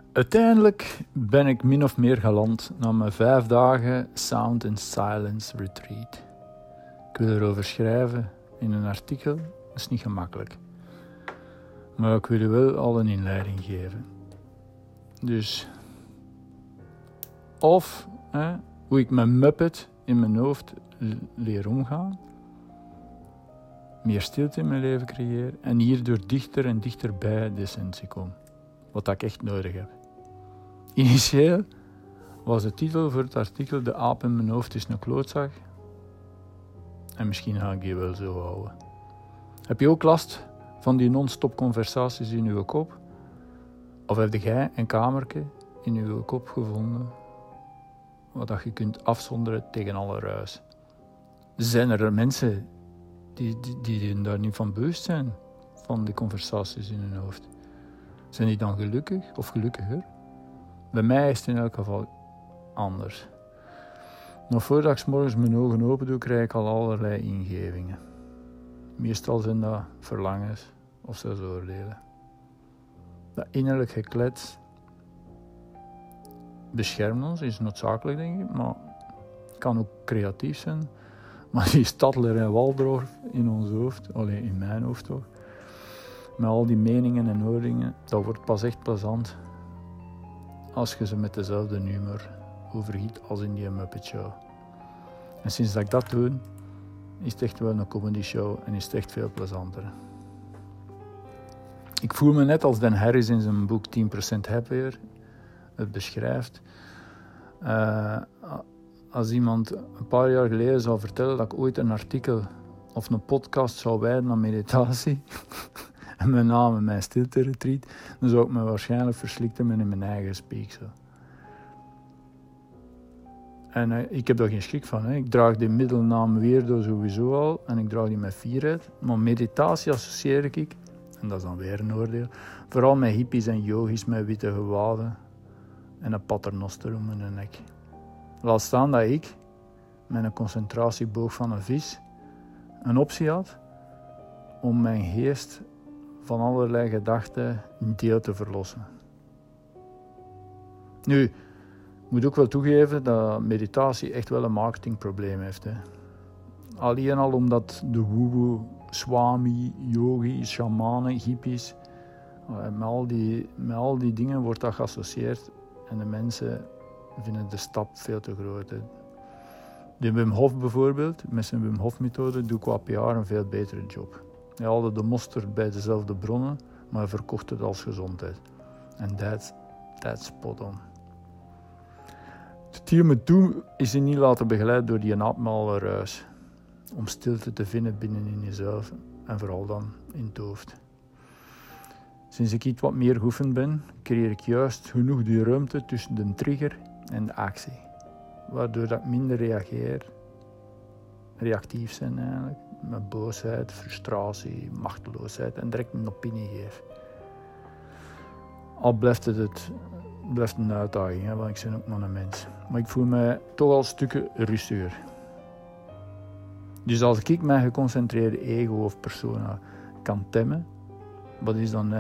Uiteindelijk ben ik min of meer geland na mijn 5 dagen Sound and Silence Retreat. Ik wil erover schrijven in een artikel, dat is niet gemakkelijk. Maar ik wil je wel al een inleiding geven. Dus, of hoe ik mijn Muppet in mijn hoofd leer omgaan, meer stilte in mijn leven creëer en hierdoor dichter en dichter bij de essentie kom. Wat ik echt nodig heb. Initieel was de titel voor het artikel De aap in mijn hoofd is een klootzak. En misschien ga ik die wel zo houden. Heb je ook last van die non-stop conversaties in je kop? Of heb jij een kamertje in je kop gevonden wat je kunt afzonderen tegen alle ruis? Zijn er mensen die daar niet van bewust zijn, van die conversaties in hun hoofd? Zijn die dan gelukkig of gelukkiger? Bij mij is het in elk geval anders. Nog voordat ik 's morgens mijn ogen open doe, krijg ik al allerlei ingevingen. Meestal zijn dat verlangens of zelfs oordelen. Dat innerlijk geklets beschermt ons, is noodzakelijk denk ik, maar het kan ook creatief zijn. Maar die Stadler en Waldorf in ons hoofd, alleen in mijn hoofd toch, met al die meningen en hoordingen, dat wordt pas echt plezant als je ze met dezelfde humor overgiet als in die Muppet Show. En sinds dat ik dat doe, is het echt wel een comedy show en is het echt veel plezanter. Ik voel me net als Dan Harris in zijn boek 10% Happier het beschrijft. Als iemand een paar jaar geleden zou vertellen dat ik ooit een artikel of een podcast zou wijden aan meditatie en met name mijn stilte-retreat, dan zou ik me waarschijnlijk verslikt hebben in mijn eigen speeksel. En ik heb daar geen schrik van. Hè. Ik draag die middelnaam Weirdo sowieso al en ik draag die met fierheid. Maar meditatie associeer ik, en dat is dan weer een oordeel, vooral met hippies en yogis met witte gewaden en een paternoster om hun nek. Laat staan dat ik, met een concentratieboog van een vis, een optie had om mijn geest van allerlei gedachten een deel te verlossen. Nu, ik moet ook wel toegeven dat meditatie echt wel een marketingprobleem heeft. Hè. Alleen al omdat de woewoe, swami, yogis, shamanen, hippies, met al die dingen wordt dat geassocieerd en de mensen vinden de stap veel te groot. Hè. De Wim Hof bijvoorbeeld, met zijn Wim Hof methode, doe qua PR een veel betere job. Hij haalde de mosterd bij dezelfde bronnen, maar hij verkocht het als gezondheid. En that's spot on. Het hier me toe is je niet laten begeleiden door die abnormale ruis. Om stilte te vinden binnenin jezelf en vooral dan in het hoofd. Sinds ik iets wat meer geoefend ben, creëer ik juist genoeg die ruimte tussen de trigger en de actie. Waardoor dat ik minder reactief zijn eigenlijk. Met boosheid, frustratie, machteloosheid en direct een opinie geef. Al blijft het een uitdaging, hè, want ik ben ook maar een mens. Maar ik voel me toch al stukken rustiger. Dus als ik mijn geconcentreerde ego of persona kan temmen, wat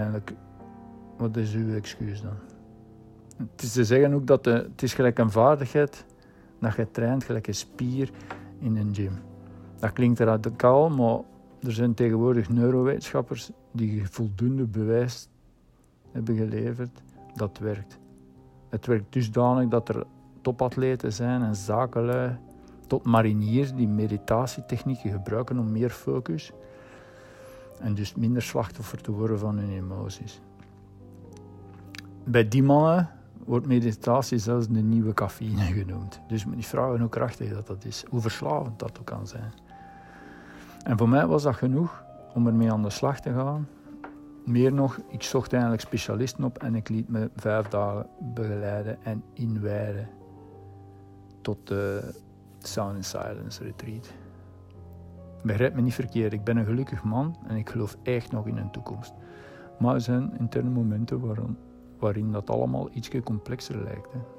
is uw excuus dan? Het is te zeggen ook dat het is gelijk een vaardigheid dat je traint, gelijk een spier in een gym. Dat klinkt radicaal, maar er zijn tegenwoordig neurowetenschappers die voldoende bewijs hebben geleverd dat het werkt. Het werkt dusdanig dat er topatleten zijn en zakenlui tot mariniers die meditatietechnieken gebruiken om meer focus en dus minder slachtoffer te worden van hun emoties. Bij die mannen wordt meditatie zelfs de nieuwe cafeïne genoemd. Dus je moet niet vragen hoe krachtig dat is, hoe verslavend dat ook kan zijn. En voor mij was dat genoeg om ermee aan de slag te gaan. Meer nog, ik zocht eigenlijk specialisten op en ik liet me 5 dagen begeleiden en inwijden tot de Sound and Silence Retreat. Begrijp me niet verkeerd, ik ben een gelukkig man en ik geloof echt nog in een toekomst. Maar er zijn interne momenten waarin dat allemaal ietsje complexer lijkt. Hè.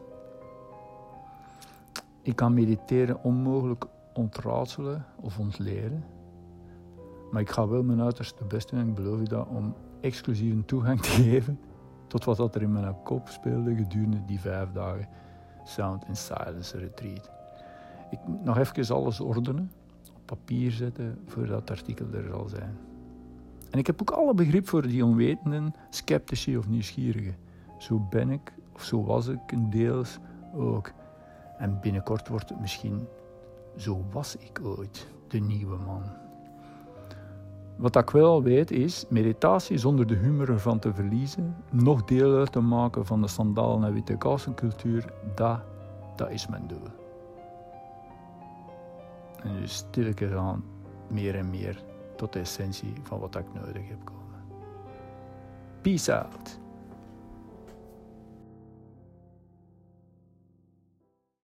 Ik kan mediteren onmogelijk ontraadselen of ontleren. Maar ik ga wel mijn uiterste best doen en ik beloof je dat om exclusieve toegang te geven tot wat er in mijn kop speelde gedurende die 5 dagen Sound in Silence Retreat. Ik moet nog even alles ordenen, op papier zetten, voordat het artikel er zal zijn. En ik heb ook alle begrip voor die onwetenden, sceptici of nieuwsgierigen. Zo ben ik, of zo was ik, een deels ook. En binnenkort wordt het misschien, zo was ik ooit, de nieuwe man. Wat ik wel weet is, meditatie zonder de humor ervan te verliezen, nog deel uit te maken van de sandalen- en witte kousencultuur, dat is mijn doel. En dus stilletjes aan meer en meer tot de essentie van wat ik nodig heb komen. Peace out.